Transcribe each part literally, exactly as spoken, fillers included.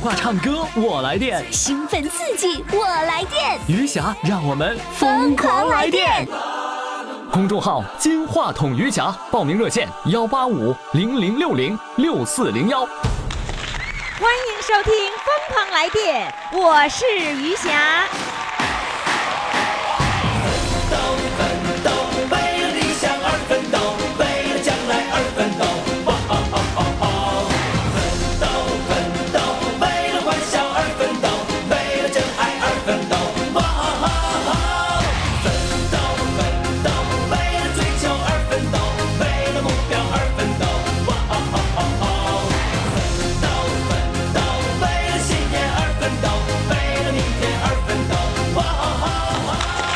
话唱歌我来电， 兴奋刺激我来电， 余霞让我们疯狂来电。公众号金话筒余霞，报名热线幺八五零零六零六四零幺。 欢迎收听《疯狂来电》，我是余霞。 奋斗奋斗，为了理想而奋斗，为了将来而奋斗，哇哦哦哦哦！奋斗奋斗，为了欢笑而奋斗，为了真爱而奋斗，哇哦哦哦！奋斗奋斗，为了追求而奋斗，为了目标而奋斗，哇哦哦哦哦！奋斗奋斗，为了信念而奋斗，为了明天而奋斗，哇哦哦哦！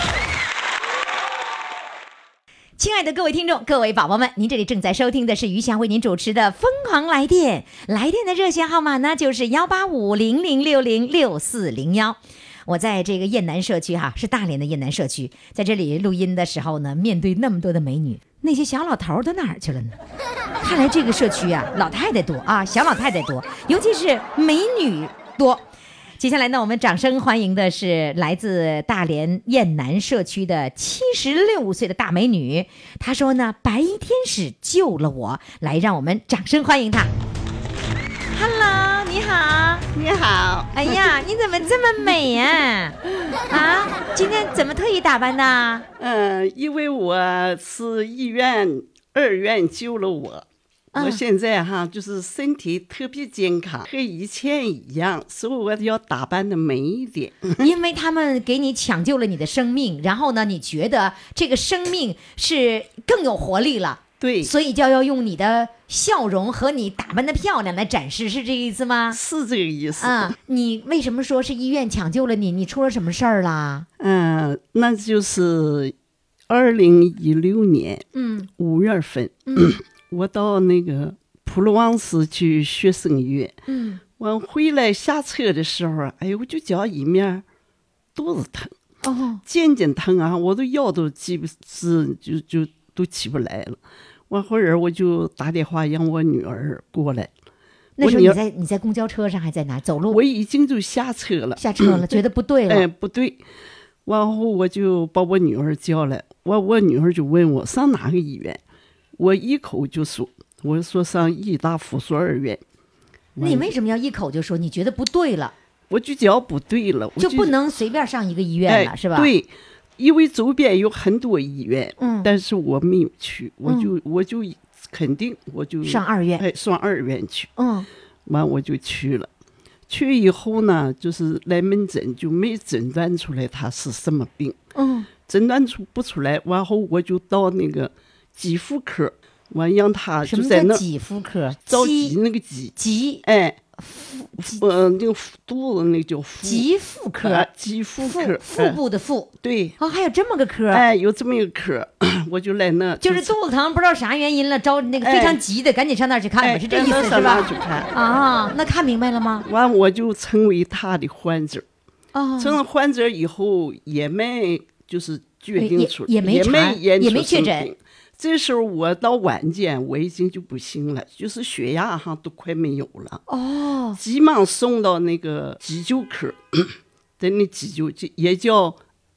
亲爱的各位听众，各位宝宝们，您这里正在收听的是余霞为您主持的《疯狂来电》，来电的热线号码呢就是幺八五零零六零六四零幺。我在这个雁南社区哈，是大连的雁南社区，在这里录音的时候呢，面对那么多的美女，那些小老头都哪儿去了呢？看来这个社区啊，老太太多啊，小老太太多，尤其是美女多。接下来呢，我们掌声欢迎的是来自大连雁南社区的七十六岁的大美女。她说呢，白衣天使救了我，来，让我们掌声欢迎她。Hello， 你好， 你好。 哎呀，你怎么这么美呀、啊？啊，今天怎么特意打扮的？ 嗯，因为我是医院二院救了我。我现在哈就是身体特别健康，和以前一样，所以我要打扮的美一点。 因为他们给你抢救了你的生命，然后呢，你觉得这个生命是更有活力了， 对， 所以就要用你的笑容和你打扮的漂亮来展示，是这个意思吗？ 是这个意思啊。你为什么说是医院抢救了你？你出了什么事儿啦？ 嗯，那就是二零一六年嗯五月份。 嗯我到那个普罗旺斯去学声乐， 嗯， 我回来下车的时候，哎呦，我就觉一面肚子疼， 哦， 渐渐疼啊，我的腰都起不是就就都起不来了。完后儿我就打电话让我女儿过来。 那时候你在你在公交车上还在哪走路？ 我已经就下车了， 下车了，觉得不对了， 哎，不对。然后我就把我女儿叫来，我我女儿就问我上哪个医院。我一口就说，我说上医大附属二院。 那你为什么要一口就说你觉得不对了？ 我就觉不对了， 就不能随便上一个医院了， 哎、 是吧？ 对，因为周边有很多医院， 嗯， 但是我没有去，我就、嗯、我就肯定我就上二院， 哎，上二院去， 嗯， 完我就去了。去以后呢，就是来门诊就没诊断出来他是什么病， 嗯， 诊断出不出来，然后我就到那个肌肤科，完让他就在那肌肤科， 着急那个急急， 哎，呃，那个肚子那个叫腹肌肤科， 啊、肌肤科， 腹部的腹， 哎、对， 哦，还有这么个科， 哎，有这么一个科，我就来那， 就是肚子疼，不知道啥原因了，着那个非常急的，哎、赶紧上那儿去看吧， 哎、 是这意思是吧？ 去看啊，那看明白了吗？ 完，我就成为他的患者， 哦， 成了患者以后也没就是决定出， 也也没也没验也没确诊。 这时候我到晚间我已经就不行了，就是血压哈都快没有了哦， 急忙送到那个急救科，在那急救也叫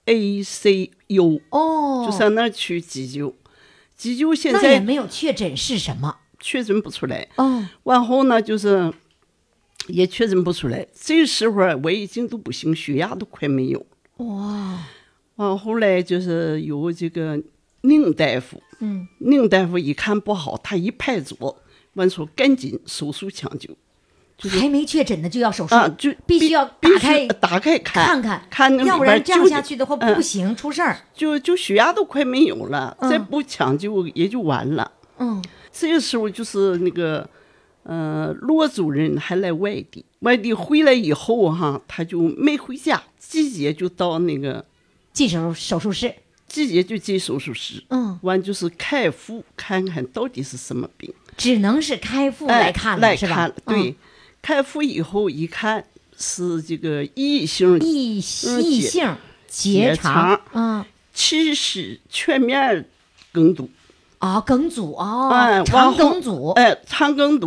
A C U 哦， 就上那儿去急救。急救现在那也没有确诊是什么， 确诊不出来哦。 然后呢，就是也确诊不出来。这时候我已经都不行，血压都快没有哇。 完后来就是有这个宁大夫。 嗯， 宁大夫一看不好，他一拍桌，完说赶紧手术抢救， 就是、还没确诊的就要手术啊，就必须要打开打开看看看， 看那要不然这样下去的话不行，嗯、出事儿。 就就血压都快没有了， 嗯、 再不抢救也就完了。 嗯， 这个时候就是那个，呃，罗主任还来外地，外地回来以后哈，他就没回家，直接就到那个进手手术室。 直接就进手术室， 嗯， 完就是开腹看看到底是什么病， 只能是开腹来看了， 哎、 是吧？ 来看，对，嗯、开腹以后一看是这个异性异异性结肠，嗯， 其实全面梗堵， 啊、哦，梗阻哦， 哎， 肠梗阻， 哎，肠梗堵，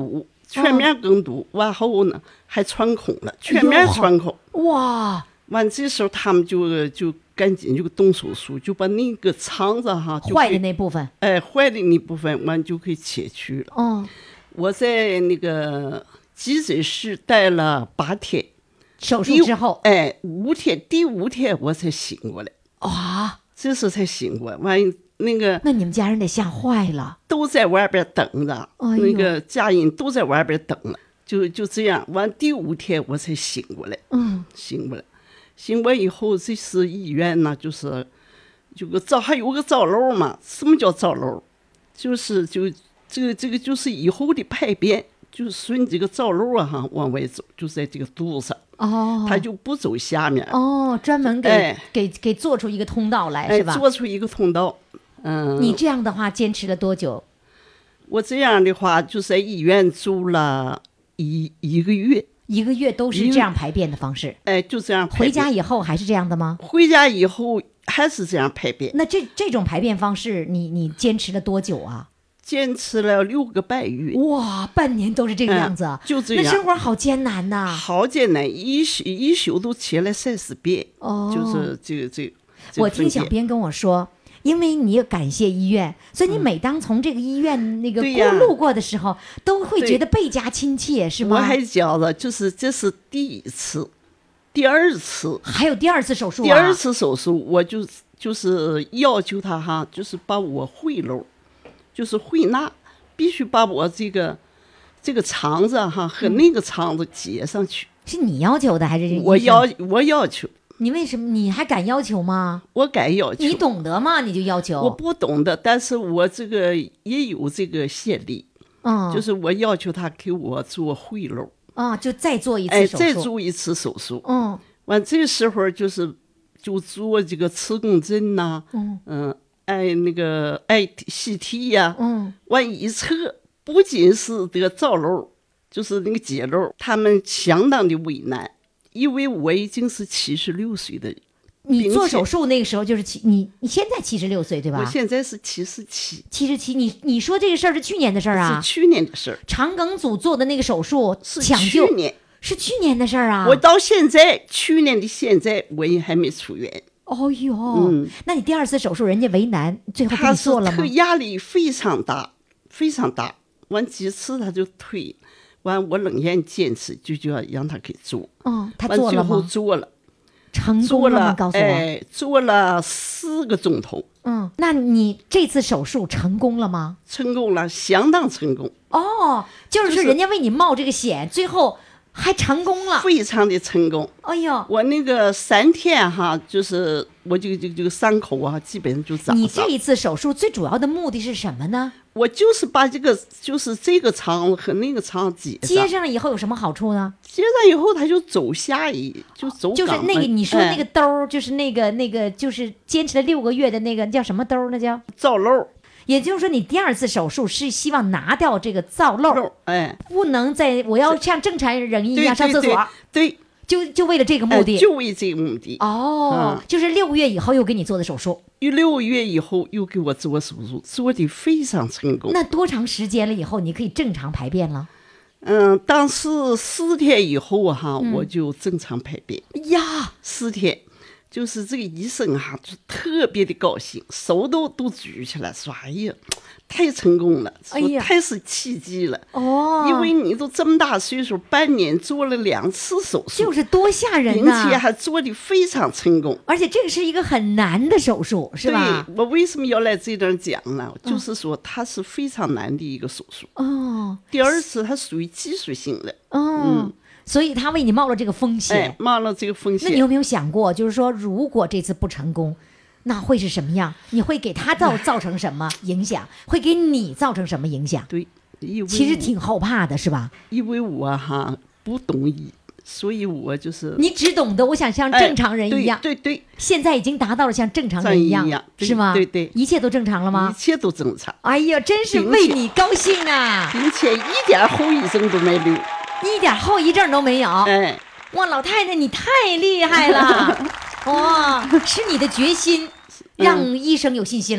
全面更堵，完后呢还穿孔了，全面穿孔。 哇！ 完这时候他们就就赶紧就动手术，就把那个肠子哈坏的那部分， 哎，坏的那部分完就可以切去了。 嗯， 我在那个急诊室待了八天， 手术之后， 哎，五天，第五天我才醒过来。 哇！ 这时候才醒过来，完那个那你们家人得吓坏了， 都在外边等着， 哎、 那个家人都在外边等了，就就这样。完第五天我才醒过来， 嗯， 醒过来。醒过来以后，这是医院呢，就是有个灶，还有个灶漏嘛。什么叫灶漏？就是就这个这个就是以后的排便，就是顺这个灶漏啊哈往外走，就在这个肚子上。 哦， 他就不走下面。 哦，专门给、 哎、 给给做出一个通道来， 哎、 是吧？ 做出一个通道。嗯， 你这样的话坚持了多久？ 我这样的话就在医院住了一一个月。 一个月都是这样排便的方式， 哎，就这样排便。 回家以后还是这样的吗？ 回家以后还是这样排便。 那这这种排便方式，你你坚持了多久啊？ 坚持了六个半月。 哇，半年都是这个样子， 嗯、就这样。 那生活好艰难呐、啊， 好艰难，一宿一宿都起来三四遍。 哦， 就是这个这个。这个、 我听小编跟我说。因为你感谢医院，所以你每当从这个医院那个过路过的时候，嗯、都会觉得倍加亲切，是吗？ 我还觉得就是这是第一次，第二次还有第二次手术、啊。 第二次手术，我就就是要求他哈，就是把我会漏，就是会纳，必须把我这个这个肠子哈和那个肠子接上去。 嗯、是你要求的还是我要我要求？ 你为什么？你还敢要求吗？ 我敢要求。 你懂得吗？你就要求。 我不懂的，但是我这个也有这个先例。 嗯， 就是我要求他给我做会漏。 啊、嗯，就再做一次手术。 哎，再做一次手术。 嗯， 完这时候就是就做这个磁共振呐、啊， 嗯嗯，哎那个哎 C T 呀、啊， 嗯， 完一测不仅是得灶漏，就是那个结漏，他们相当的为难。因为我已经是七十六岁的人， 你做手术那个时候就是七，你你现在七十六岁对吧？ 我现在是七十七， 七十七。你你说这个事儿是去年的事儿啊？ 是去年的事儿。 肠梗阻做的那个手术是抢救， 去年是去年的事儿啊。 我到现在，去年的现在我也还没出院。 哦呦， 嗯， 那你第二次手术人家为难，最后给你做了吗？ 他压力非常大，非常大。完几次他就退。完，我仍然坚持，就就要让他给做。 嗯，他做了吗？ 最后做了， 成功了吗？告诉我， 哎，做了四个钟头。 嗯，那你这次手术成功了吗？ 成功了，相当成功。 哦，就是说人家为你冒这个险，最后还成功了， 非常的成功。 哎呦， 我那个三天哈，就是我这个这个这个伤口啊，基本上就长上。 你这一次手术最主要的目的是什么呢？ 我就是把这个，就是这个肠和那个肠接上。 接上了以后有什么好处呢？ 接上以后，它就走下一，就走。 就是那个你说那个兜儿、哎，就是那个那个，就是坚持了六个月的那个叫什么兜儿？那叫灶漏。 也就是说，你第二次手术是希望拿掉这个灶漏， 哎， 不能再我要像正常人一样上厕所。 对。对对就就为了这个目的， 哎、就为这个目的哦、嗯，就是六个月以后又给你做的手术， 又六个月以后又给我做手术，做的非常成功。 那多长时间了以后你可以正常排便了？ 嗯，当时四天以后哈、嗯，我就正常排便呀， 四天。就是这个医生哈、啊，就特别的高兴，手都都举起来说：“哎呀，太成功了，说太是奇迹了。” 哦， 因为你都这么大岁数，半年做了两次手术， 就是多吓人并且还做的非常成功。 而且这个是一个很难的手术，是吧？ 对，我为什么要来这点讲呢？嗯、就是说它是非常难的一个手术。 哦， 第二次它属于技术性的。 哦、嗯。所以他为你冒了这个风险， 哎，冒了这个风险。 那你有没有想过，就是说，如果这次不成功，那会是什么样？你会给他造造成什么影响？会给你造成什么影响？ 对， 其实挺后怕的，是吧？ 因为我哈不懂医，所以我就是你只懂得我想像正常人一样， 哎、对, 对对， 现在已经达到了像正常人一样， 一样是吗？ 对 对, 对， 一切都正常了吗？ 一切都正常。 哎呀，真是为你高兴啊！ 并且一点后遗症都没留。 一点后遗症都没有， 哎， 哇，老太太你太厉害了，哇，是你的决心让医生有信心了。 嗯、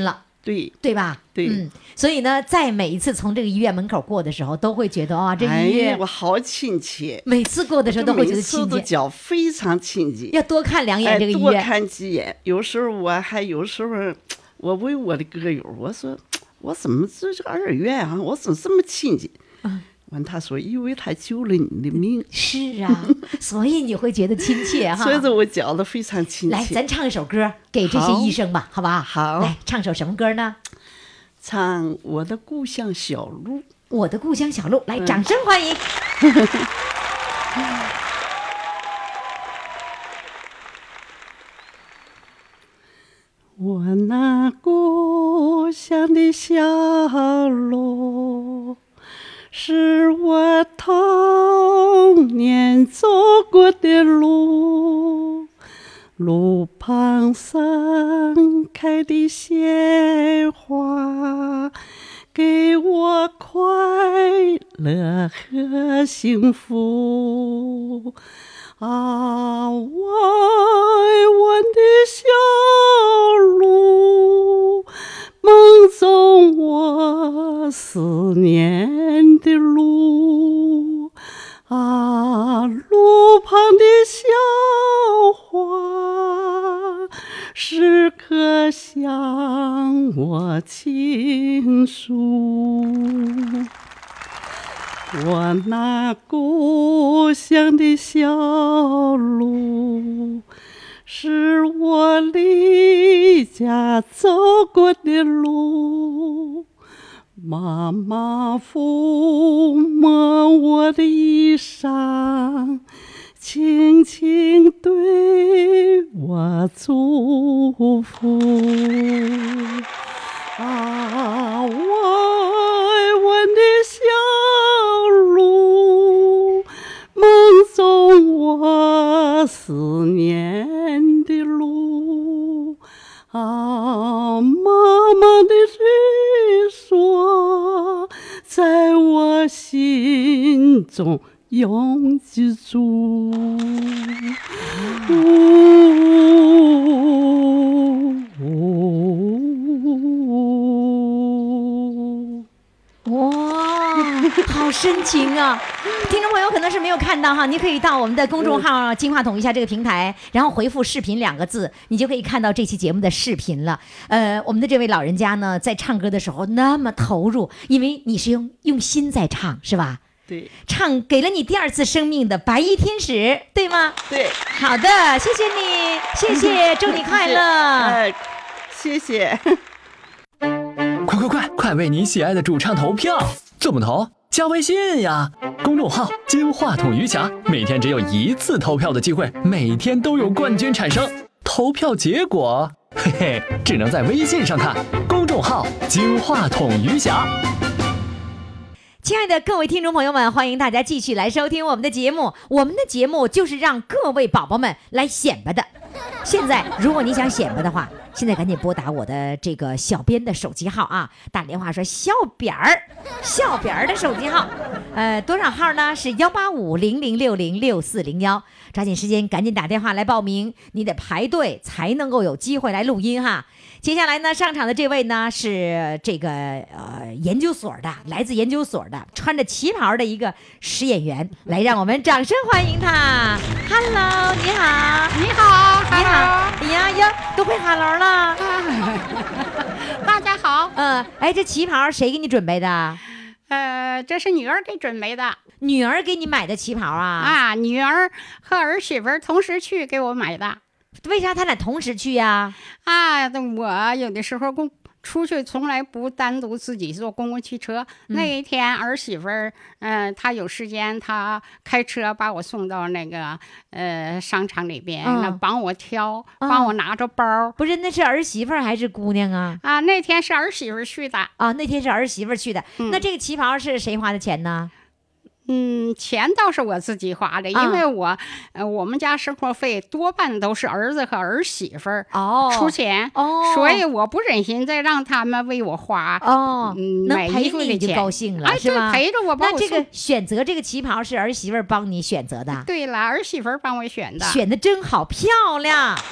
对对吧？ 对， 嗯，所以呢，在每一次从这个医院门口过的时候，都会觉得啊，这医院、 哎、我好亲切。 每次过的时候都会觉得亲切， 每次都觉非常亲切。 要多看两眼这个医院， 哎、多看几眼。有时候我还有时候，我问我的歌友，我说我怎么这这个二院啊，我怎么这么亲切？嗯。完，他说：“因为他救了你的命。” 是啊，所以你会觉得亲切哈。 所以说我讲的非常亲切。 来，咱唱一首歌给这些医生吧，好不好？ 好。 来，唱首什么歌呢？ 唱《我的故乡小路》。 我的故乡小路，来，掌声欢迎。 我那故乡的小路，是我童年走过的路，路旁盛开的鲜花，给我快乐和幸福。啊，我爱我的小路，梦中我思念的路。啊，路旁的小花，时刻向我倾诉。我那故乡的小路，是我离家走过的路。妈妈抚摸我的衣裳，轻轻对我祝福。啊，我爱我的小路，梦中我思念的路。啊，妈妈的嘴说，在我心中永记住。 好深情啊！听众朋友可能是没有看到哈，你可以到我们的公众号“金话筒一下”这个平台，然后回复“视频”两个字，你就可以看到这期节目的视频了。呃，我们的这位老人家呢，在唱歌的时候那么投入，因为你是用用心在唱，是吧？ 对， 唱给了你第二次生命的白衣天使，对吗？ 对， 好的，谢谢你，谢谢，祝你快乐。 哎，谢谢。 快快快，快为你喜爱的主唱投票！怎么投？加微信呀，公众号“金话筒余霞”，每天只有一次投票的机会，每天都有冠军产生。投票结果，嘿嘿，只能在微信上看。公众号“金话筒余霞”。 亲爱的各位听众朋友们，欢迎大家继续来收听我们的节目。我们的节目就是让各位宝宝们来显摆的。现在，如果你想显摆的话，现在赶紧拨打我的这个小编的手机号啊，打电话说笑扁儿，笑扁儿的手机号，呃，多少号呢？是幺八五零零六零六四零幺，抓紧时间，赶紧打电话来报名，你得排队才能够有机会来录音哈。接下来呢，上场的这位呢是这个呃研究所的，来自研究所的，穿着旗袍的一个实验员，来让我们掌声欢迎他。Hello， 你好， 你好， 你好，哎呀呀，都会 Hello 了。 大家好。 嗯，哎，这旗袍谁给你准备的？ 呃，这是女儿给准备的。 女儿给你买的旗袍啊？ 啊，女儿和儿媳妇同时去给我买的。 为啥他俩同时去呀？ 啊，我有的时候公出去从来不单独自己坐公共汽车。嗯、那一天儿媳妇儿，嗯、呃，她有时间，她开车把我送到那个呃商场里边，那、嗯、帮我挑，嗯、帮我拿着包。 不是，那是儿媳妇儿还是姑娘啊？ 啊，那天是儿媳妇儿去的。 啊，那天是儿媳妇儿去的。嗯、那这个旗袍是谁花的钱呢？ 嗯，钱倒是我自己花的，因为我，呃，我们家生活费多半都是儿子和儿媳妇儿哦出钱， 哦， 所以我不忍心再让他们为我花哦， 嗯， 能买衣服的钱， 陪你就高兴了， 哎， 是吧？ 陪着我， 那这个选择这个旗袍是儿媳妇儿帮你选择的？ 对了，儿媳妇儿帮我选的， 选的真好，漂亮。 谢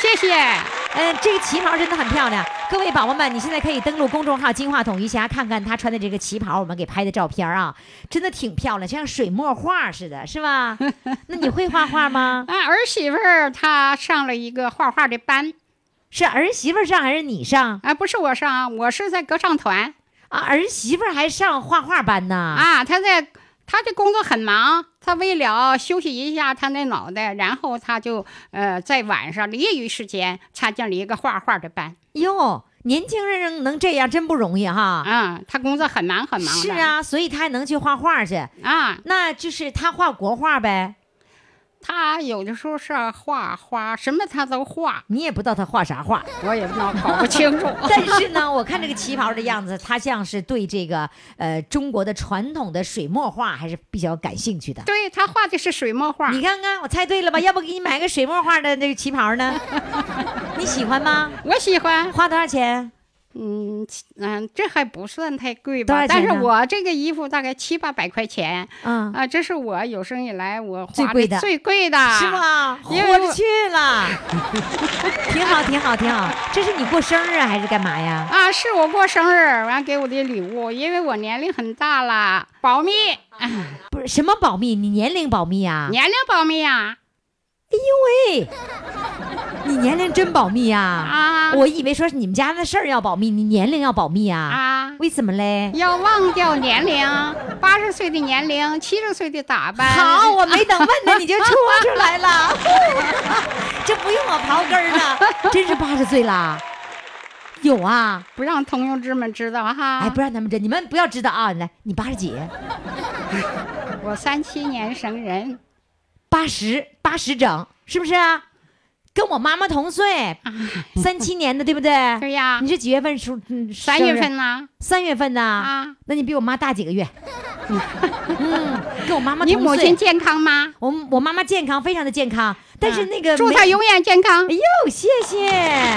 谢谢。 呃，这个旗袍真的很漂亮，各位宝宝们，你现在可以登录公众号“金话筒余霞”，看看她穿的这个旗袍，我们给拍的照片啊，真的挺漂亮，像水墨画似的，是吧？那你会画画吗？ 啊，儿媳妇儿她上了一个画画的班。 是儿媳妇上还是你上？ 啊，不是我上，我是在歌唱团。 啊，儿媳妇还上画画班呢？ 啊，她在。他的工作很忙，他为了休息一下他那脑袋，然后他就呃在晚上的业余时间参加了一个画画的班。 哟，年轻人能这样真不容易哈。 啊，他工作很忙很忙的。 是啊，所以他还能去画画去啊。 那就是他画国画呗。 他有的时候是画花，什么他都画。 你也不知道他画啥画， 我也不知道，搞不清楚。 但是呢，我看这个旗袍的样子，他像是对这个呃中国的传统的水墨画还是比较感兴趣的。 对，他画的是水墨画。 你看看，我猜对了吧？要不给你买个水墨画的那个旗袍呢？你喜欢吗？ 我喜欢。 花多少钱？ 嗯嗯，这还不算太贵吧？但是我这个衣服大概七八百块钱。嗯啊，这是我有生以来我花的最贵的， 是吗？豁出去了，挺好，挺好，挺好。这是你过生日还是干嘛呀？ 啊，是我过生日完给我的礼物，因为我年龄很大了，保密。 不是什么保密？你年龄保密啊？ 年龄保密啊？ 哎呦喂！你年龄真保密啊！ 啊， 我以为说是你们家的事儿要保密，你年龄要保密啊？ 啊， 为什么嘞？ 要忘掉年龄，八十岁的年龄，七十岁的打扮。 好，我没等问呢，你就说出来了，这不用我刨根儿呢，真是八十岁啦。有啊， 不让同学们知道哈。 哎，不让他们知道，你们不要知道啊。来，你八十几？ 我三七年生人， 八十八十整，是不是啊？跟我妈妈同岁，三七年的，对不对？ 对呀。 你是几月份出？嗯， 三月份呢？ 三月份呢？ 啊， 那你比我妈大几个月？嗯，跟我妈妈同岁。 你母亲健康吗？ 我我妈妈健康，非常的健康，但是那个、 嗯、祝她永远健康。 哎呦，谢谢。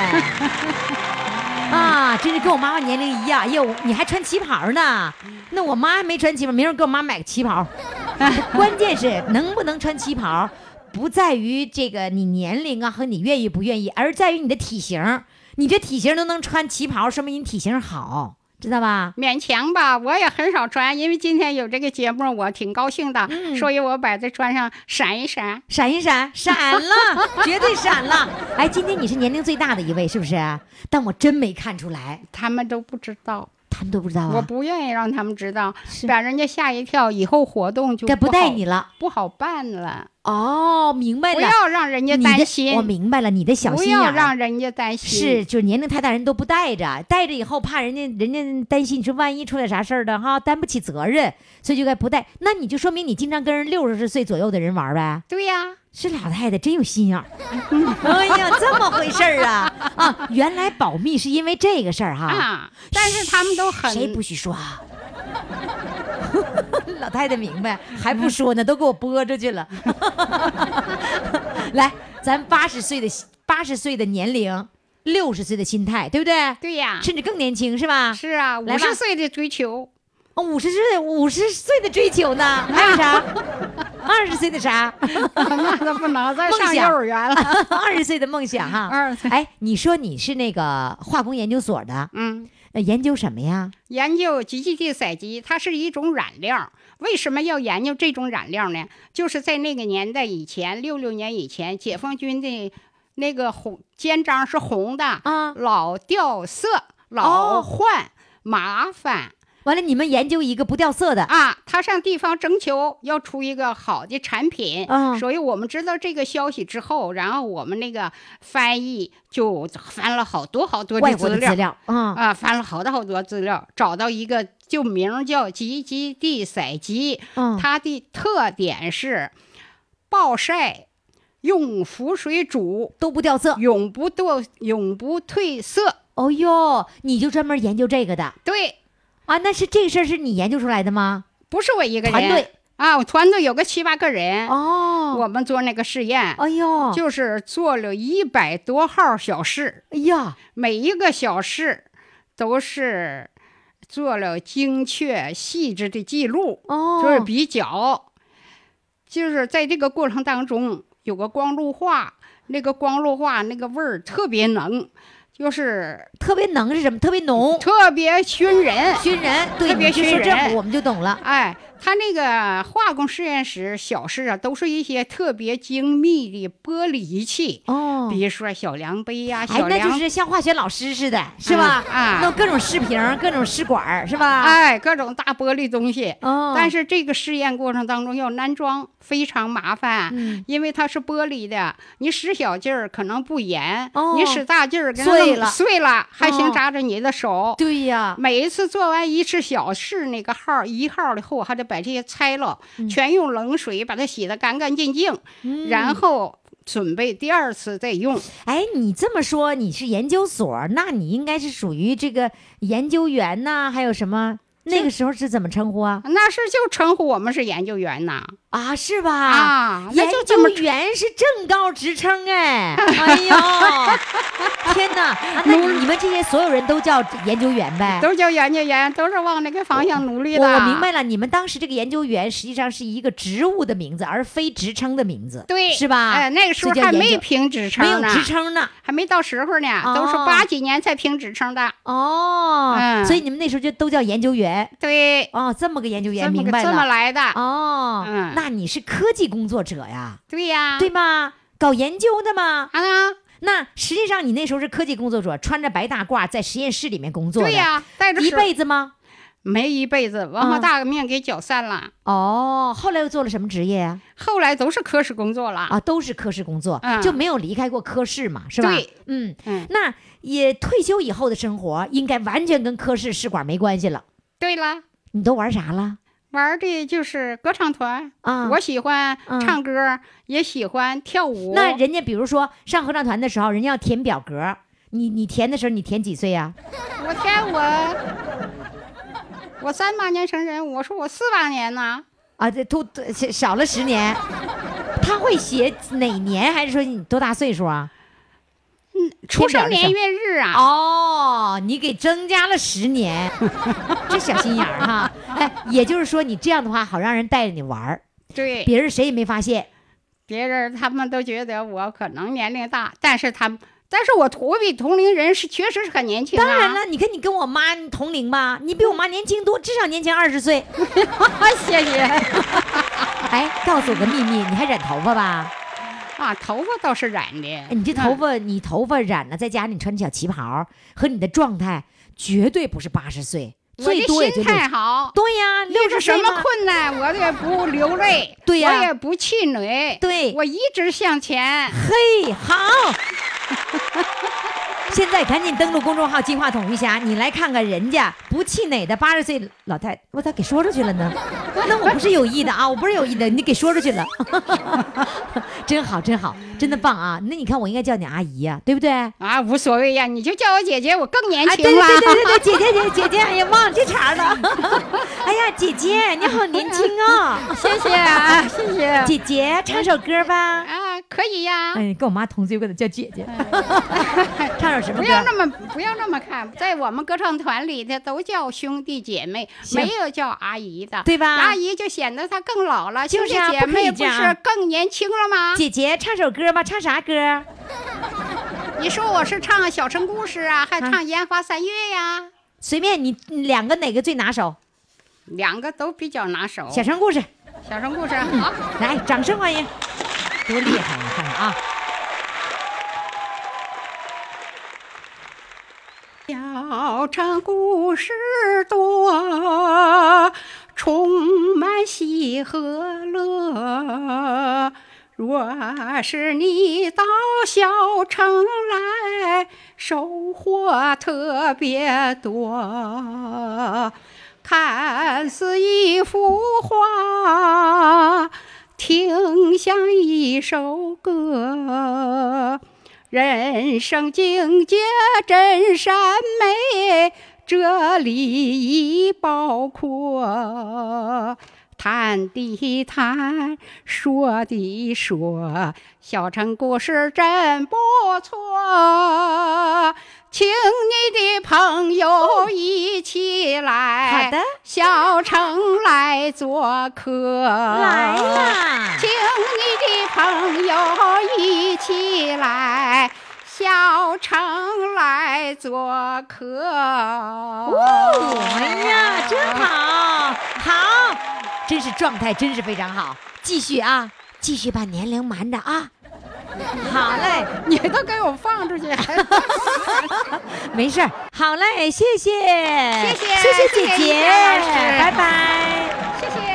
啊，真是跟我妈妈年龄一样。哎呦，你还穿旗袍呢？那我妈还没穿旗袍，明儿给我妈买个旗袍。关键是能不能穿旗袍。不在于这个你年龄啊和你愿意不愿意，而在于你的体型。你这体型都能穿旗袍，说明你体型好，知道吧？ 勉强吧，我也很少穿，因为今天有这个节目，我挺高兴的，嗯、所以我把这穿上闪一闪， 闪一闪，闪了，绝对闪了。哎，今天你是年龄最大的一位，是不是？但我真没看出来， 他们都不知道。 他们都不知道啊！ 我不愿意让他们知道，把人家吓一跳，以后活动就该不带你了， 不好办了。 哦，明白了， 不要让人家担心。 我明白了，你的小心眼儿， 不要让人家担心。 是，就是年龄太大人都不带着，带着以后怕人家人家担心，你说万一出来啥事儿的哈，担不起责任，所以就该不带。那你就说明你经常跟人六十岁左右的人玩呗？ 对呀。 是老太太真有心眼儿，哎呀，这么回事儿啊啊！原来保密是因为这个事儿哈啊！但是他们都很谁不许说啊？老太太明白，还不说呢，都给我播出去了。来，咱八十岁的八十岁的年龄，六十岁的心态，对不对？ 对呀， 甚至更年轻，是吧？ 是啊，五十岁的追求。 五十岁五十岁的追求呢？还有啥？二十岁的啥？ 那都不能再上幼儿园了。 二十岁的梦想哈。 二十岁。 哎，你说你是那个化工研究所的， 嗯， 呃，研究什么呀？ 研究极基地采集，它是一种染料。为什么要研究这种染料呢？就是在那个年代以前，六六年以前，解放军的那个红肩章是红的啊，老掉色，老换、哦、麻烦。 完了，你们研究一个不掉色的啊，他上地方征求要出一个好的产品，嗯，所以我们知道这个消息之后，然后我们那个翻译就翻了好多好多的资料， 资料嗯、 啊，翻了好多好多资料，找到一个就名叫极基地采集，嗯，它的特点是暴晒。用浮水煮都不掉色， 永不掉，永不褪色。 哦哟，你就专门研究这个的？ 对。 啊，那是这个事儿是你研究出来的吗？ 不是我一个人， 团队啊，我团队有个七八个人哦。 我们做那个试验， 哎呦， 就是做了一百多号小试， 哎呀， 每一个小试都是做了精确细致的记录，哦，就是比较，就是在这个过程当中有个光路画， 那个光禄话那个味儿特别浓，就是特别能是什么？特别浓， 特别熏人， 熏人。对， 特别你就说熏人这我们就懂了。 哎，他那个化工实验室小室啊，都是一些特别精密的玻璃仪器。 哦， 比如说小量杯呀、 哎， 小量， 那就是像化学老师似的，是吧？ 嗯啊弄各种试瓶，各种试管儿，是吧？ 哎，各种大玻璃东西。 哦， 但是这个试验过程当中要安装，非常麻烦， 嗯因为它是玻璃的，你使小劲儿可能不严， 哦你使大劲儿给它弄碎了碎了，还行哦扎着你的手。 对呀， 每一次做完一次小试那个号一号以后，还得把这些拆了， 嗯全用冷水把它洗得干干净净，然后准备第二次再用。 哎，你这么说你是研究所，那你应该是属于这个研究员呐，还有什么？那个时候是怎么称呼啊？ 那是就称呼我们是研究员呐。 啊，是吧？ 啊，那研就这么究员是正高职称哎，哎呦，天哪！啊那你们这些所有人都叫研究员呗？ 都叫研究员，都是往那个方向努力的。 我我明白了，你们当时这个研究员实际上是一个职务的名字，而非职称的名字， 对， 是吧？ 哎，那个时候还没评职称呢， 没有职称呢， 还没到时候呢， 哦都是八几年才评职称的。 哦， 嗯所以你们那时候就都叫研究员。 对， 哦，这么个研究员， 这么个明白了， 这么来的。 哦， 嗯那你是科技工作者呀， 对呀， 对吗？搞研究的吗？ 啊， 那实际上你那时候是科技工作者，穿着白大褂在实验室里面工作的， 对呀，带着一手辈子吗？ 没一辈子，文化大革命给搅散了。 哦，后来又做了什么职业啊？ 后来都是科室工作了。 啊，都是科室工作， 嗯就没有离开过科室嘛，是吧？ 对， 嗯嗯那也退休以后的生活应该完全跟科室试管没关系了。 对了， 你都玩啥了？ 玩的就是歌唱团啊我喜欢嗯唱歌，也喜欢跳舞。 那人家比如说上合唱团的时候，人家要填表格，你你填的时候你填几岁呀、 我填我，我三八年生人，我说我四八年呢。 啊？这都都少了十年。他会写哪年，还是说你多大岁数啊？ 出生年月日啊。 哦，你给增加了十年，这小心眼儿哈。哎，也就是说你这样的话，好让人带着你玩儿， 对， 别人谁也没发现。 别人他们都觉得我可能年龄大，但是他们，但是我我比同龄人是确实是很年轻啊。 当然了，你看你跟我妈同龄吧，你比我妈年轻多，至少年轻二十岁。 谢谢。 哎，告诉我个秘密，你还染头发吧？ 啊，头发倒是染的。 哎，你这头发，你头发染了，再加上你穿小旗袍和你的状态，绝对不是八十岁，最多也就我的心态好。 对呀， 遇六十岁着什么吗困难，我也不流泪， 对呀我也不气馁， 对我一直向前。 嘿，好。现在赶紧登录公众号“金话筒余霞”，你来看看人家不气馁的八十岁老太太，我咋给说出去了呢？那我不是有意的啊，我不是有意的，你给说出去了，真好，真好，真的棒啊！那你看，我应该叫你阿姨呀、啊，对不对？ 啊，无所谓呀，你就叫我姐姐，我更年哎， 轻了。 对对对对对，姐姐姐姐姐，哎呀，忘了这茬了。哎呀，姐姐你好年轻哦， 谢谢啊，谢谢。 姐姐唱首歌吧。 啊，可以呀。 哎，跟我妈同岁，我给她叫姐姐。唱首什么歌？ 不要那么不要那么看，在我们歌唱团里的都叫兄弟姐妹，没有叫阿姨的， 对吧？ 阿姨就显得她更老了， 就是啊， 兄弟姐妹不不是更年轻了吗？ 姐姐唱首歌吧，唱啥歌？ 你说我是唱小城故事啊，还唱烟花三月呀？ 随便你两个哪个最拿手？ 两个都比较拿手。 小城故事， 小城故事，好， 来，掌声欢迎！多厉害，你看看啊！ 小城故事多，充满喜和乐。若是你到小城来，收获特别多。看似一幅画，听像一首歌。人生境界真善美，这里已包括。谈的谈，说的说，小城故事真不错，请你的朋友一起来， 好的， 小城来做客， 来啦！ 请你的朋友一起起来，小城来做客。 哦，哎呀，真好，好，真是状态，真是非常好。继续啊，继续把年龄瞒着啊。好嘞， 你都给我放出去。 没事儿，好嘞，谢谢，谢谢谢谢姐姐， 谢谢老师拜拜。 谢谢。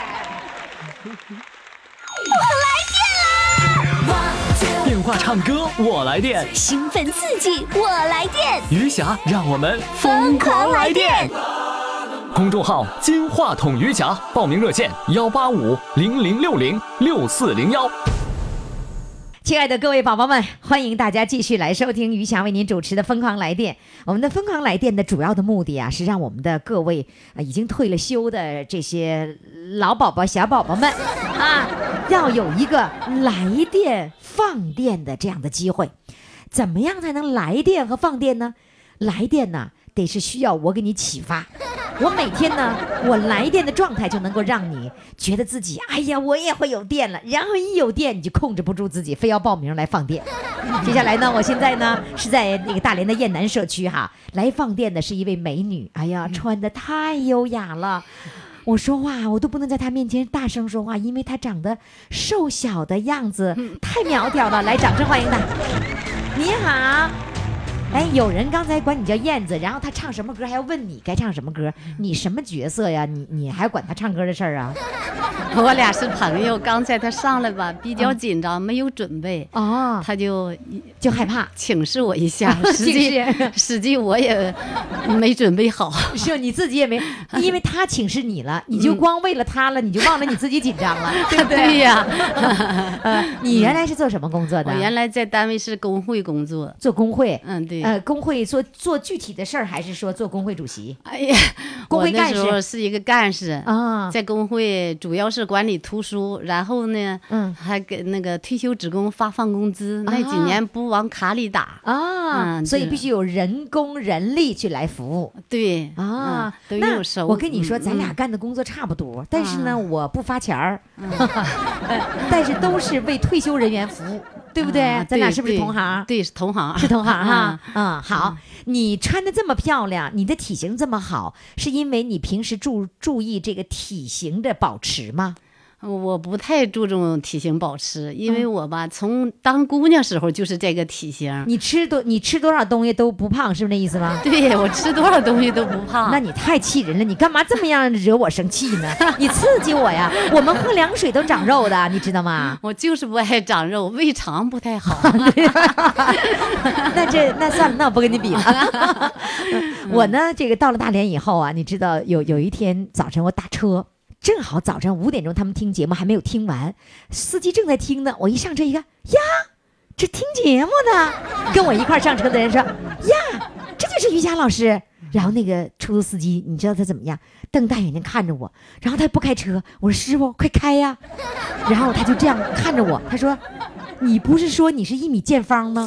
电话唱歌我来电， 兴奋刺激，我来电， 余霞让我们疯狂来电。公众号金话筒余霞，报名热线幺八五零零六零六四零幺。 亲爱的各位宝宝们，欢迎大家继续来收听余霞为您主持的《疯狂来电》。我们的《疯狂来电》的主要的目的啊，是让我们的各位、呃、已经退了休的这些老宝宝、小宝宝们啊，要有一个来电放电的这样的机会。怎么样才能来电和放电呢？来电呢，得是需要我给你启发。我每天呢，我来电的状态就能够让你觉得自己，哎呀，我也会有电了。然后一有电，你就控制不住自己，非要报名来放电。接下来呢，我现在呢是在那个大连的雁南社区哈，来放电的是一位美女，哎呀，穿得太优雅了。我说话我都不能在她面前大声说话，因为她长得瘦小的样子太苗条了。来，掌声欢迎她。你好。哎，有人刚才管你叫燕子，然后他唱什么歌还要问你该唱什么歌，你什么角色呀？你你还管他唱歌的事儿啊？ 我俩是朋友，刚才他上来吧，比较紧张，嗯、没有准备， 哦， 他就就害怕， 请示我一下，实际实际我也没准备好， 是你自己也没，因为他请示你了，你就光为了他了，你就忘了你自己紧张了，对不对？ 对呀， 呃，你原来是做什么工作的？ 我原来在单位是工会工作， 做工会， 嗯，对。 呃，工会做做具体的事儿，还是说做工会主席？ 哎呀， 工会干事， 我那时候是一个干事啊， 在工会主要是管理图书，然后呢， 嗯， 还给那个退休职工发放工资，啊、那几年不往卡里打啊，嗯、所以必须有人工人力去来服务。 对啊， 嗯、都有收。 我跟你说，咱俩干的工作差不多，嗯、但是呢，啊、我不发钱儿，嗯、但是都是为退休人员服务。对不对？ 啊、 咱俩是不是同行？ 对，是同行， 是同行哈。 嗯， 嗯好，你穿的这么漂亮，你的体型这么好，是因为你平时注注意这个体型的保持吗？ 我不太注重体型保持，因为我吧，从当姑娘时候就是这个体型。 你吃多你吃多少东西都不胖，是不是那意思吗？ 对，我吃多少东西都不胖。 那你太气人了，你干嘛这么样惹我生气呢？你刺激我呀！我们喝凉水都长肉的，你知道吗？ 我就是不爱长肉，胃肠不太好。 那这那算了，那我不跟你比了。我呢，这个到了大连以后啊，你知道有有一天早晨我打车。正好早上五点钟，他们听节目还没有听完，司机正在听呢。我一上车一看，呀，这听节目呢。跟我一块上车的人说，呀，这就是余霞老师。然后那个出租司机，你知道他怎么样？瞪大眼睛看着我，然后他不开车。我说师傅，快开呀！然后他就这样看着我，他说，你不是说你是一米见方吗？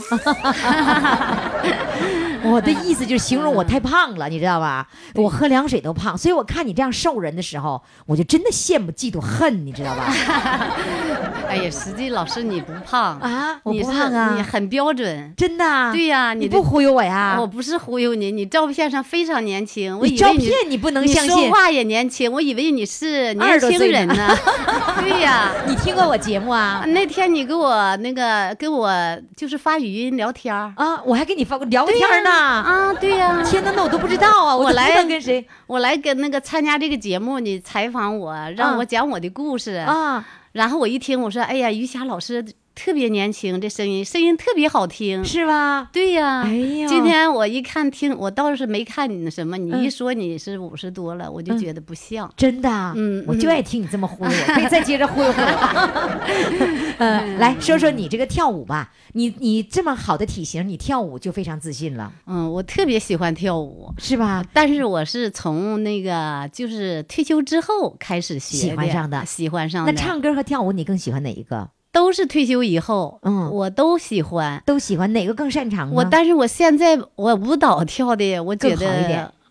我的意思就是形容我太胖了，你知道吧？我喝凉水都胖，所以我看你这样瘦人的时候，我就真的羡慕、嫉妒、恨，你知道吧？ 哎呀，实际老师你不胖啊，我不胖啊， 你很标准， 真的。 对呀， 你不忽悠我呀？ 我不是忽悠你，你照片上非常年轻，我以为你照片你不能相信， 你说话也年轻，我以为你是年轻人呢。对呀， 你听过我节目啊？ 那天你给我那个给我就是发语音聊天啊，我还给你发过聊天呢。 啊，对呀！ 天哪，那我都不知道啊！ 我来跟谁？ 我来跟那个参加这个节目，你采访我，让我讲我的故事啊。 然后我一听，我说：“哎呀，余霞老师特别年轻，这声音声音特别好听， 是吧？” 对呀。 哎呀， 今天我一看听，我倒是没看你那什么，你一说你是五十多了，我就觉得不像。 真的， 嗯， 我就爱听你这么忽悠我，可以再接着忽悠忽悠。嗯，来说说你这个跳舞吧。你你这么好的体型，你跳舞就非常自信了。 嗯，我特别喜欢跳舞， 是吧？ 但是我是从那个就是退休之后开始学喜欢上的， 喜欢上的。 那唱歌和跳舞你更喜欢哪一个？ 都是退休以后， 嗯， 我都喜欢， 都喜欢哪个更擅长呢？ 我但是我现在我舞蹈跳的，我觉得好一点。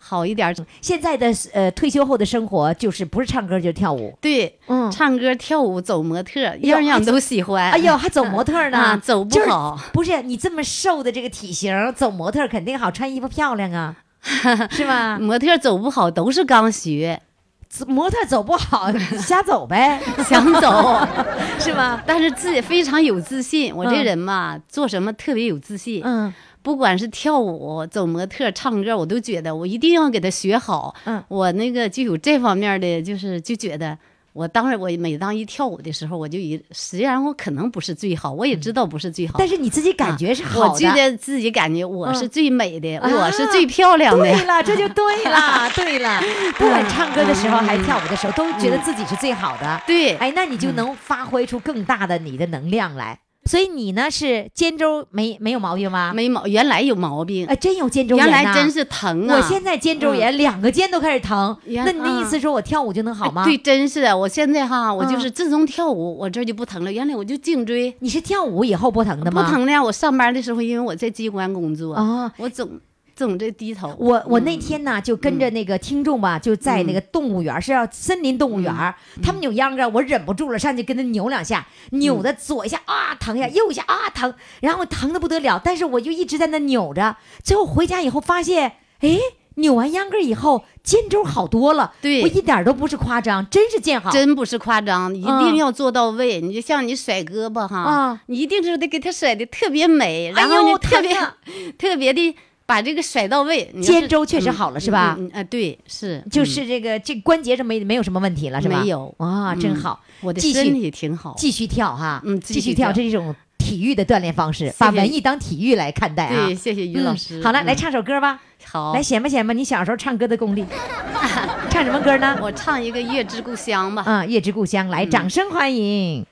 好一点。 现在的呃退休后的生活就是不是唱歌就是跳舞。 对， 嗯， 唱歌、跳舞、走模特，样样都喜欢。 哎呦，还走模特呢？ 啊，走不好。 就是、不是你这么瘦的这个体型，走模特肯定好，穿衣服漂亮啊，是吧？ 模特走不好都是刚学。 模特走不好，瞎走呗， 想走是吗？ 但是自己非常有自信。我这人嘛，嗯、做什么特别有自信。 嗯， 不管是跳舞、走模特、唱歌，我都觉得我一定要给他学好。 嗯， 我那个就有这方面的，就是就觉得。我当然，我每当一跳舞的时候，我就一虽然我可能不是最好，我也知道不是最好， 但是你自己感觉是好的。 啊、我觉得自己感觉我是最美的， 嗯、 我是最漂亮的。 对了，这就对了，对了。不管唱歌的时候还是跳舞的时候，都觉得自己是最好的。 对， 哎，那你就能发挥出更大的你的能量来。所以你呢是肩周没没有毛病吗？ 没毛，原来有毛病， 哎，真有肩周炎、啊、 原来真是疼啊！ 我现在肩周炎、嗯、两个肩都开始疼，那你的意思说我跳舞就能好吗？ 哎、对，真是的，我现在哈，我就是自从跳舞，嗯、我这就不疼了。原来我就颈椎， 你是跳舞以后不疼的吗？ 不疼的，我上班的时候，因为我在机关工作啊， 我总。总这低头， 我我那天呢、嗯、就跟着那个听众吧，嗯、就在那个动物园，嗯、是要森林动物园，嗯、他们扭秧歌，我忍不住了，上去跟他扭两下，嗯、扭的左一下啊疼一下，右一下啊疼，然后疼的不得了，但是我就一直在那扭着，最后回家以后发现，哎，扭完秧歌以后肩周好多了， 对， 我一点都不是夸张，真是见好， 真不是夸张，一定要做到位。嗯、你就像你甩胳膊哈， 啊， 你一定是得给它甩的特别美，然后你特别、哎、特别的。把这个甩到位， 肩周确实好了，嗯、是吧？ 嗯，啊、嗯，对，是， 就是这个、嗯、这关节上没没有什么问题了，是吧？ 没有啊，真好， 嗯、我的身体挺好， 继续跳哈， 嗯， 继续跳，这是一种体育的锻炼方式， 谢谢把文艺当体育来看待啊。 对，谢谢于老师。 嗯、好了，来唱首歌吧。 好， 来显摆显摆你小时候唱歌的功力。唱什么歌呢？ 我唱一个《月之故乡》吧。 啊，《月之故乡》，来，掌声欢迎。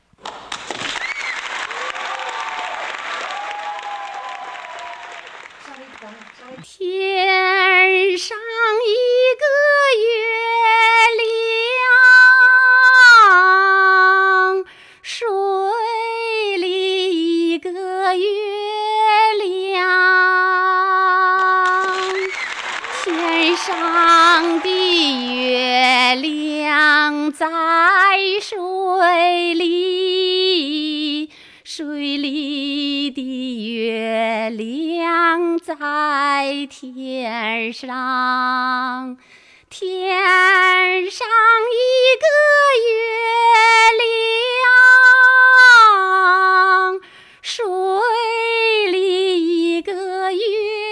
天上一个月亮，水里一个月亮，天上的月亮在水里，水里的月亮在天上，天上一个月亮，水里一个月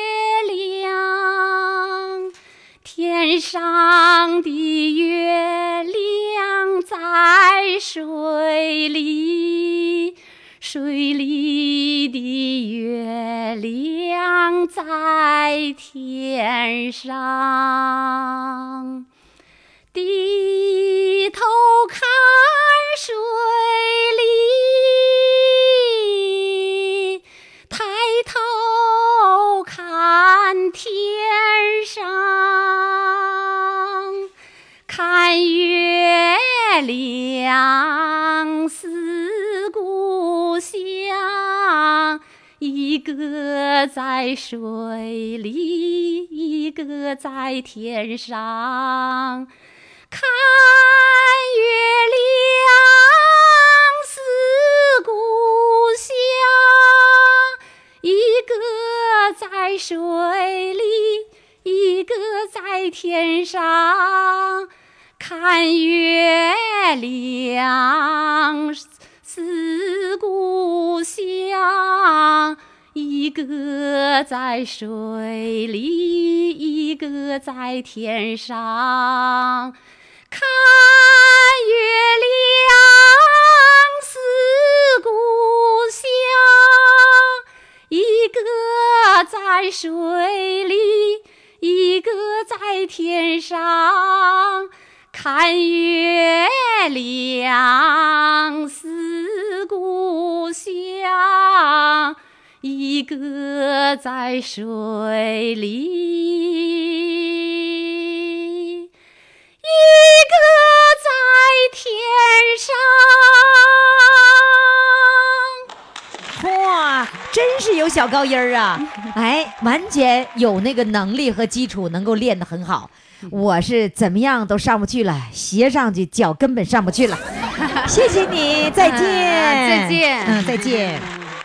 亮，天上的月亮在水里，水里的月亮在天上，低头看水里，抬头看天上，看月亮思故乡，一个在水里，一个在天上，看月亮思故乡，一个在水里，一个在天上，看月亮思故乡，一个在水里，一个在天上，看月亮思故乡，一个在水里，一个在天上，看月亮思故乡，一个在水里，一个在天上。 哇， 真是有小高音儿啊！哎，完全有那个能力和基础，能够练得很好。我是怎么样都上不去了，鞋上去脚根本上不去了。谢谢你，再见， 再见嗯，再见。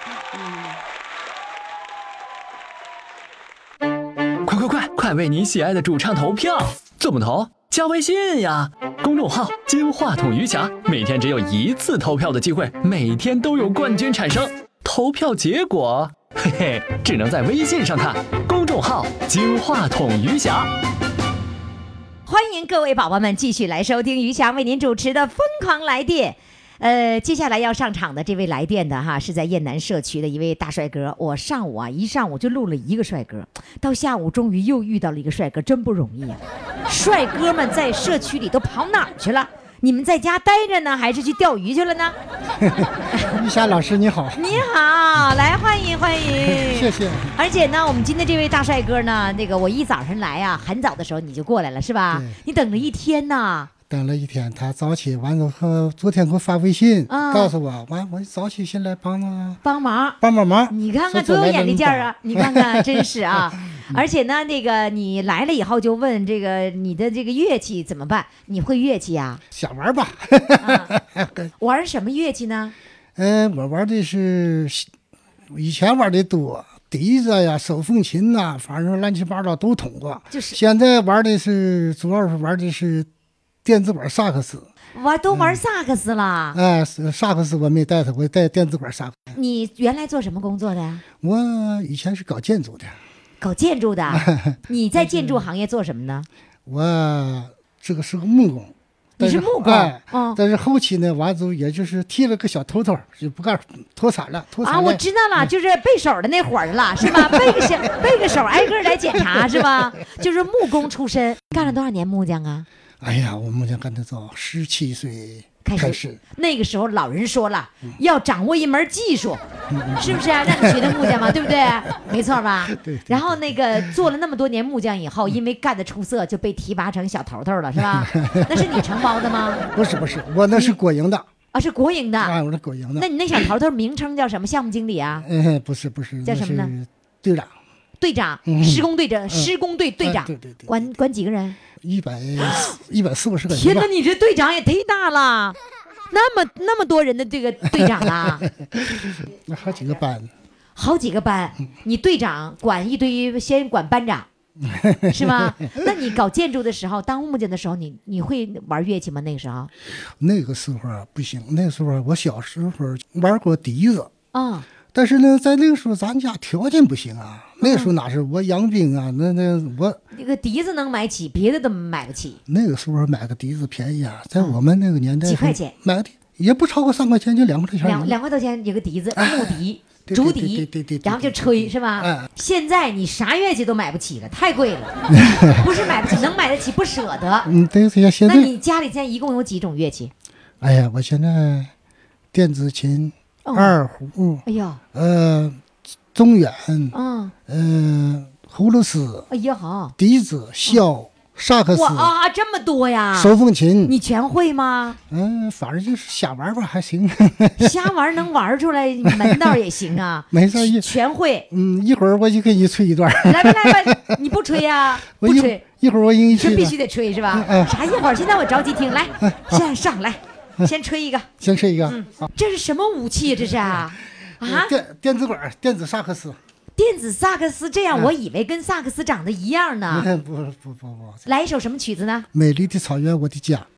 快快快，快为你喜爱的主唱投票！怎么投？加微信呀，公众号“金话筒余霞”，每天只有一次投票的机会，每天都有冠军产生。投票结果，嘿嘿，只能在微信上看。公众号“金话筒余霞”。 欢迎各位宝宝们继续来收听余霞为您主持的《疯狂来电》。呃，接下来要上场的这位来电的哈，是在雁南社区的一位大帅哥。我上午啊，一上午就录了一个帅哥，到下午终于又遇到了一个帅哥，真不容易啊！帅哥们在社区里都跑哪儿去了？你们在家待着呢，还是去钓鱼去了呢？ 玉霞老师你好。 你好，来欢迎欢迎， 谢谢。 而且呢，我们今天这位大帅哥呢，那个我一早上来啊，很早的时候你就过来了是吧？你等了一天呢。 等了一天，他早起完了后，昨天给我发微信， 啊、 告诉我，完我早起先来帮忙帮忙帮帮忙。 你看看多有眼力劲儿啊！你看看，真是啊！而且呢，那个你来了以后就问这个你的这个乐器怎么办？你会乐器啊？ 想玩吧。 啊、玩什么乐器呢？ 嗯、呃，我玩的是以前玩的多。笛子呀、手风琴呐、啊，反正乱七八糟都通过。 就是。 现在玩的是，主要是玩的是电子管萨克斯。 玩都玩萨克斯了。 哎、嗯，萨克斯我没带它，我带电子管萨克斯。 你原来做什么工作的呀？ 我以前是搞建筑的。 搞建筑的？你在建筑行业做什么呢？ 我这个是个木工。 你是木工， 哎嗯， 但是后期呢，完之后也就是剃了个小头头，就不干脱产了，脱产了啊！我知道了，就是背手的那会儿了，是吧？背个小背个手，挨个来检查，是吧？就是木工出身，干了多少年木匠啊？ 哎呀，我木匠干得早，十七岁开始。 开始那个时候，老人说了，嗯、要掌握一门技术，嗯、是不是啊？让你学的木匠嘛，对不对？没错吧？ 对, 对, 对。 然后那个做了那么多年木匠以后，因为干得出色，就被提拔成小头头了，是吧？那是你承包的吗？ 不是不是，我那是国营的。 啊，是国营的。 啊，我是国营的。 那你那小头头名称叫什么？项目经理啊？ 嗯，不是不是， 叫什么呢？ 队长。 队长，施工队长，嗯、施工队队长， 对对对， 管管几个人？ 一百一百四五十个人。 天哪，你这队长也忒大了，那么那么多人的这个队长啦， 那好几个班， 好几个班，你队长管一堆，先管班长，是吗？那你搞建筑的时候，当木匠的时候，你你会玩乐器吗？那个时候？ 那个时候不行，那个时候我小时候玩过笛子啊。哦， 但是呢，在那个时候咱家条件不行啊，那个时候哪是我养兵啊，那那我那个笛子能买起，别的都买不起。 那个时候买个笛子便宜啊，在我们那个年代、 嗯、几块钱买个也不超过三块钱，就两块钱。 两两块多钱一个笛子，木笛、竹笛， 对对对， 然后就吹是吧？ 哎， 现在你啥乐器都买不起了，太贵了，不是买不起，能买得起不舍得。 嗯，对，现在。 那你家里现在一共有几种乐器？ 哎呀，我现在电子琴、哦、二胡， 哎呀， 呃。中远， 嗯， 呃，葫芦丝， 哎呀好， 笛子、箫、萨克斯， 哇啊，这么多呀！ 手风琴， 你全会吗？ 嗯，反正就是瞎玩吧，还行。 瞎玩能玩出来门道也行啊。 没事， 全会。 嗯，一会儿我就给你吹一段。 来吧来吧，你不吹呀？不吹。 一会儿我给你吹。 是必须得吹是吧？嗯。啥一会儿？现在我着急听，来，现在上来，先吹一个。 先吹一个。 嗯。这是什么武器？这是啊？ 啊，电电子管，电子萨克斯， 电子萨克斯，这样我以为跟萨克斯长得一样呢。 不不不不， 来一首什么曲子呢？ 美丽的草原，我的家。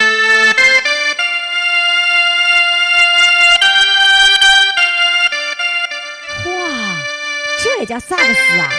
哇，这也叫萨克斯啊？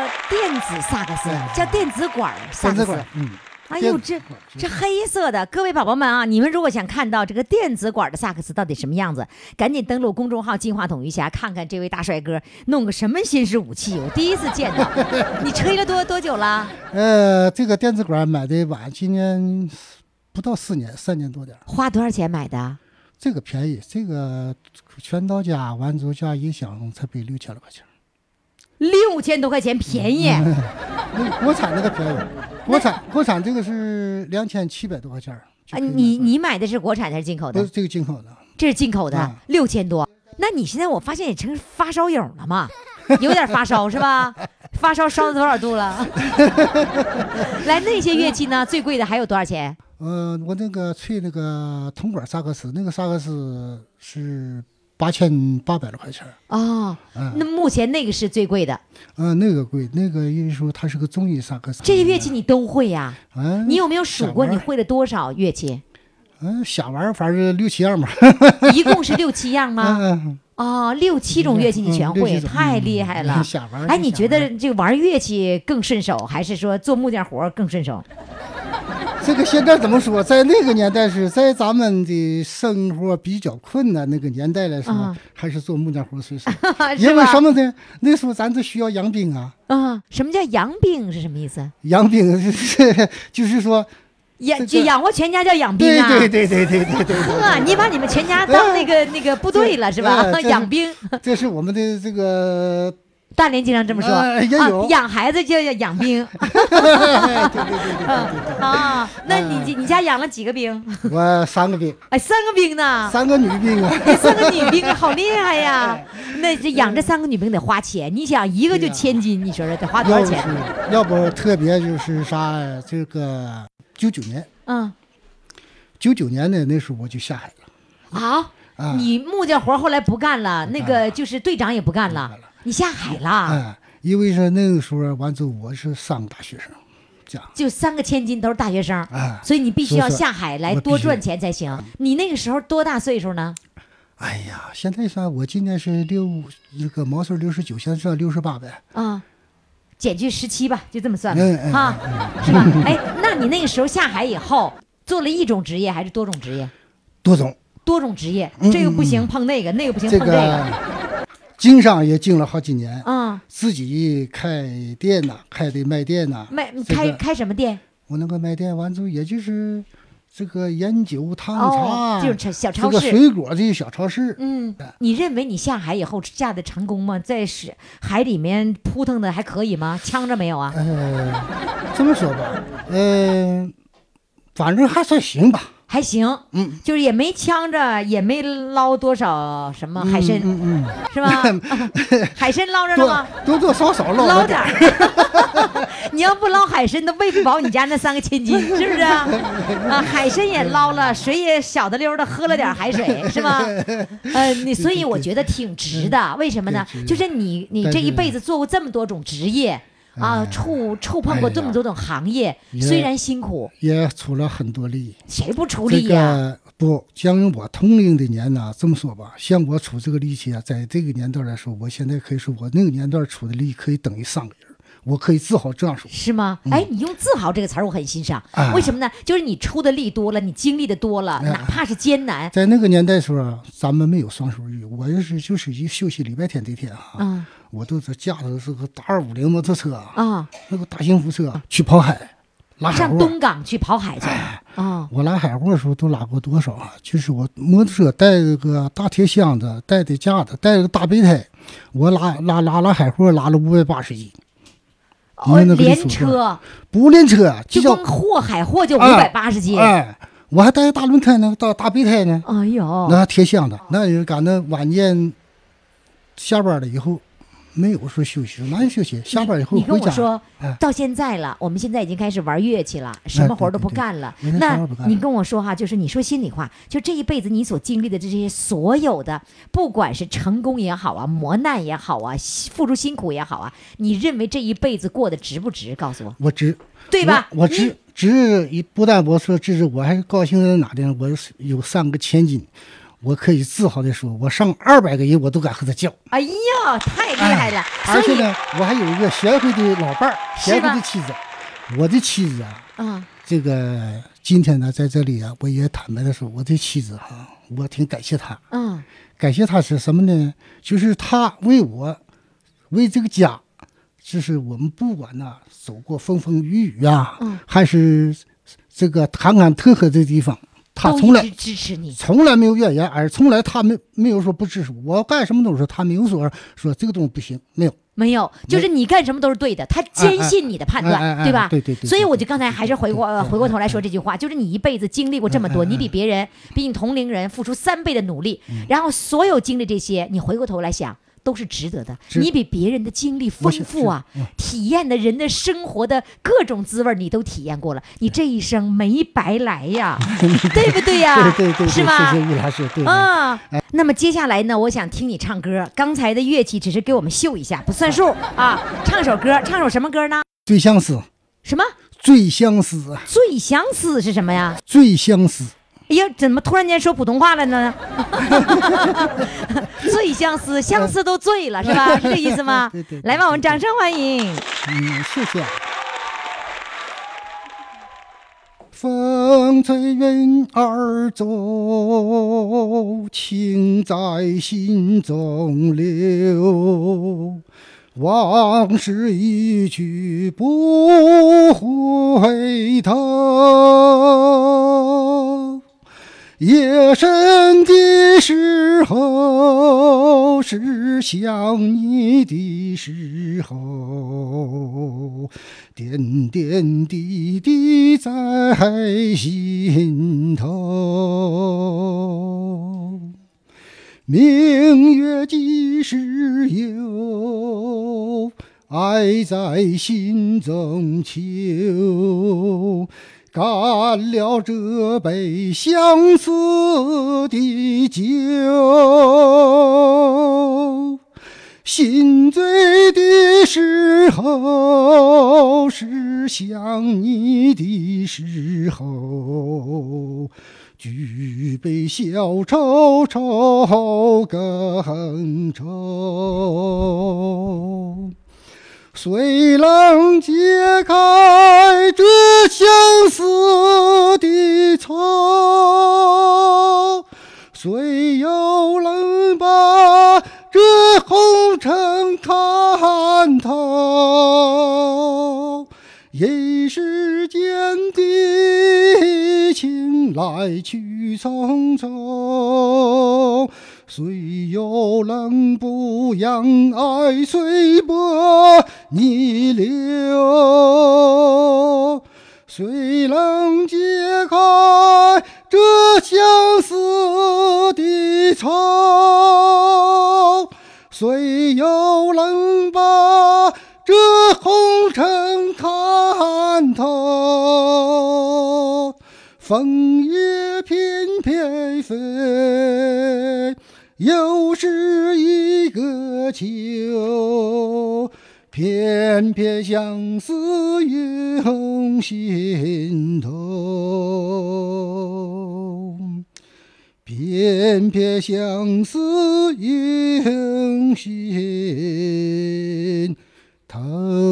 电子萨克斯，叫电子管萨克斯电子管。，嗯。 哎呦， 电这这黑色的，各位宝宝们啊，你们如果想看到这个电子管的萨克斯到底什么样子，赶紧登录公众号“金话筒余霞”，看看这位大帅哥弄个什么新式武器，我第一次见到。你吹了多多久了？ 呃，这个电子管买的晚，今年不到四年，三年多点儿。 花多少钱买的？ 这个便宜，这个全到家完之后加音响才得六千多块钱。 六千多块钱，便宜。 那个国产那个便宜，国产国产这个是两千七百多块钱。 啊，你你买的是国产还是进口的？ 这个进口的。 这是进口的， 啊六千多。那你现在我发现你成发烧友了嘛？有点发烧是吧？发烧烧到多少度了？来，那些乐器呢？最贵的还有多少钱？ 呃，我那个吹那个铜管萨克斯，那个萨克斯是八千八百多块钱。 哦， 嗯、 那目前那个是最贵的。 呃，那个贵，那个因为说它是个中音萨克斯。 这些乐器你都会呀、啊？ 嗯、 你有没有数过你会了多少乐器？ 嗯，瞎玩，反正六七样吧。 一共是六七样吗？ 嗯哦，六七种乐器你全会， 嗯、 太厉害了！ 瞎玩。 哎，你觉得这个玩乐器更顺手，还是说做木匠活更顺手？ 这个现在怎么说？在那个年代是在咱们的生活比较困难那个年代来说， 嗯、 还是做木匠活顺手。因为什么呢？那时候咱就需要养兵啊。 啊、嗯，什么叫养兵是什么意思？ 养兵是就是说。 养就养活全家叫养兵啊！ 对对对对对对对对。 呵，你把你们全家当那个那个部队了是吧？养兵。 这是我们的这个。 大连经常这么说， 呃、也有、 啊、养孩子就叫养兵。 对对对对对对。 啊，那你你家养了几个兵？ 我三个兵。 哎，三个兵呢？ 三个女兵啊！ 三个女兵好厉害呀！那这养这三个女兵得花钱，你想一个就千金，你说说得花多少钱？ 要不特别就是啥，这个九九年， 嗯， 九九年的那时候我就下海了。 啊？啊你木匠活后来不干了，那个就是队长也不干了。你下海了？ 哎，因为是那个时候完之后我是三个大学生，这样就三个千金都是大学生， 哎， 所以你必须要下海来多赚钱才行。你那个时候多大岁数呢？ 哎呀，现在算我今年是六这个毛岁六十九，现在算六十八呗。 啊，减去十七吧，就这么算吧， 嗯、 哈、 嗯嗯，是吧？哎，那你那个时候下海以后做了一种职业还是多种职业？ 多种， 多种职业，这个不行碰那个，那个不行碰这个。 这个经商也经了好几年， 嗯， 自己开店呐，开的卖店呐， 卖开、这个、开什么店？ 我那个卖店完之后，也就是这个烟酒汤茶， 哦、这种小超市， 这个水果这些小超市。 嗯，你认为你下海以后下的成功吗？在水海里面扑腾的还可以吗？呛着没有啊？ 呃，这么说吧，嗯、呃，反正还算行吧。 还行， 嗯， 就是也没呛着，也没捞多少什么海参， 嗯嗯，嗯是吧？海参捞着了吗？ 多多少少捞捞点儿。你要不捞海参，都喂不饱你家那三个千金，是不是啊？啊，海参也捞了，水也小的溜的喝了点海水，是吧？呃，你所以我觉得挺值的，为什么呢？就是你你这一辈子做过这么多种职业。啊，触触碰过这么多种行业，哎、虽然辛苦， 也出了很多力。 谁不出力呀、啊这个？不，将我同龄的年呢，这么说吧，像我出这个力气啊，在这个年段来说，我现在可以说，我那个年段出的力可以等于上个人，我可以自豪这样说。 是吗？嗯、哎，你用自豪这个词儿，我很欣赏。 啊、 为什么呢？就是你出的力多了，你经历的多了，啊、哪怕是艰难， 在那个年代的时候，咱们没有双手日，我也是就是一休息礼拜天这天啊。 嗯我都是驾的是个大二五零摩托车啊、 哦， 那个大幸福车去跑海，拉海货。 上东港去跑海去啊、 哎哦！ 我拉海货的时候都拉过多少啊？就是我摩托车带这个大铁箱子，带的架子，带个大备胎，我拉拉拉拉海货拉了五百八十斤。 哦，连车不连车， 就光货海货就五百八十斤。 哎，哎我还带个大轮胎呢，大大备胎呢。 哎呦， 那铁箱子，那就赶那晚间下班了以后。没有说休息，哪有休息？下班以后你跟我说、 哎， 到现在了，我们现在已经开始玩乐器了，什么活都不干了。 哎、对对对那你跟我说哈，就是你说心里话，就这一辈子你所经历的这些所有的，不管是成功也好啊，磨难也好啊，付出辛苦也好啊，你认为这一辈子过得值不值？告诉我， 我值， 对吧？ 我, 我值值，不但我说值，我还高兴在哪里呢？我有三个千金。 我可以自豪的说，我上二百个人我都敢和他叫。 哎呀，太厉害了！ 哎、而且呢，我还有一个贤惠的老伴儿，贤惠的妻子。我的妻子啊， 嗯， 这个今天呢，在这里啊，我也坦白的说，我的妻子哈、啊，我挺感谢她。 嗯， 感谢她是什么呢？就是她为我，为这个家，就是我们不管呐、啊，走过风风雨雨啊， 嗯， 还是这个坎坎坷坷的地方。他从来支持你， 从来没有怨言，而从来他没没有说不支持我，我干什么都是他没有说说这个东西不行，没有， 没有，就是你干什么都是对的，他坚信你的判断， 哎哎哎哎对吧？ 对对对。 所以我就刚才还是回过回过头来说这句话，就是你一辈子经历过这么多，你比别人，比你同龄人付出三倍的努力，然后所有经历这些，你回过头来想。都是值得的，你比别人的经历丰富啊，体验的人的生活的各种滋味你都体验过了，你这一生没白来呀，对不对呀？ 对对对， 是吗？ 谢谢于老师，对啊。那么接下来呢，我想听你唱歌，刚才的乐器只是给我们秀一下，不算数啊。唱首歌，唱首什么歌呢？ 最相思。 什么？ 最相思。 最相思是什么呀？ 最相思。 哎呀，怎么突然间说普通话了呢？醉相思，相思都醉了，是吧？是这意思吗？ 对对对， 来吧，我们掌声欢迎。 嗯，谢谢。风吹云儿走，情在心中留。往事一去不回头。夜深的时候是想你的时候，点点滴滴在心头。明月几时有，爱在心中求。干了这杯相思的酒，心醉的时候是想你的时候，举杯消愁愁更愁。谁能解开这相思的愁？谁又能把这红尘看透？人世间的情来去匆匆，谁又能不让爱随波逆流？谁能解开这相思的愁？谁又能把这红尘看透？枫叶翩翩飞，又是一个秋，偏偏相思涌心头，偏偏相思涌心头。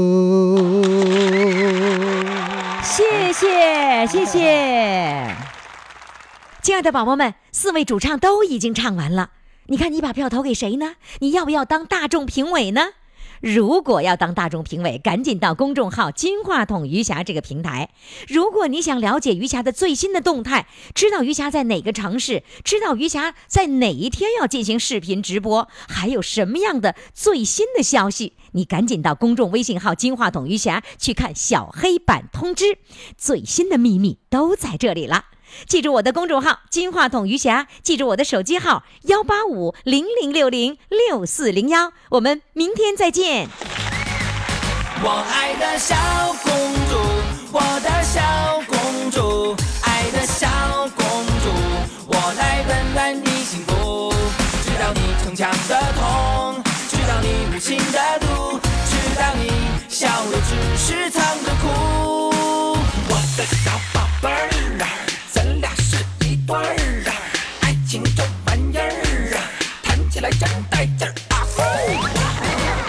谢谢谢谢，亲爱的宝宝们，四位主唱都已经唱完了，你看你把票投给谁呢？你要不要当大众评委呢？如果要当大众评委，赶紧到公众号金话筒余霞这个平台。如果你想了解余霞的最新的动态，知道余霞在哪个城市，知道余霞在哪一天要进行视频直播，还有什么样的最新的消息，你赶紧到公众微信号金话筒余霞去看小黑板通知，最新的秘密都在这里了。记住我的公众号金话筒余霞，记住我的手机号幺八五零零六零六四零幺，我们明天再见。 我爱的小公主，我的小公主，爱的小公主，我来温暖你幸福，知道你逞强的痛，知道你无情的毒，知道你笑容只是藏着哭。我的小宝贝儿，咱俩是一对儿，爱情这玩意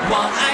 我爱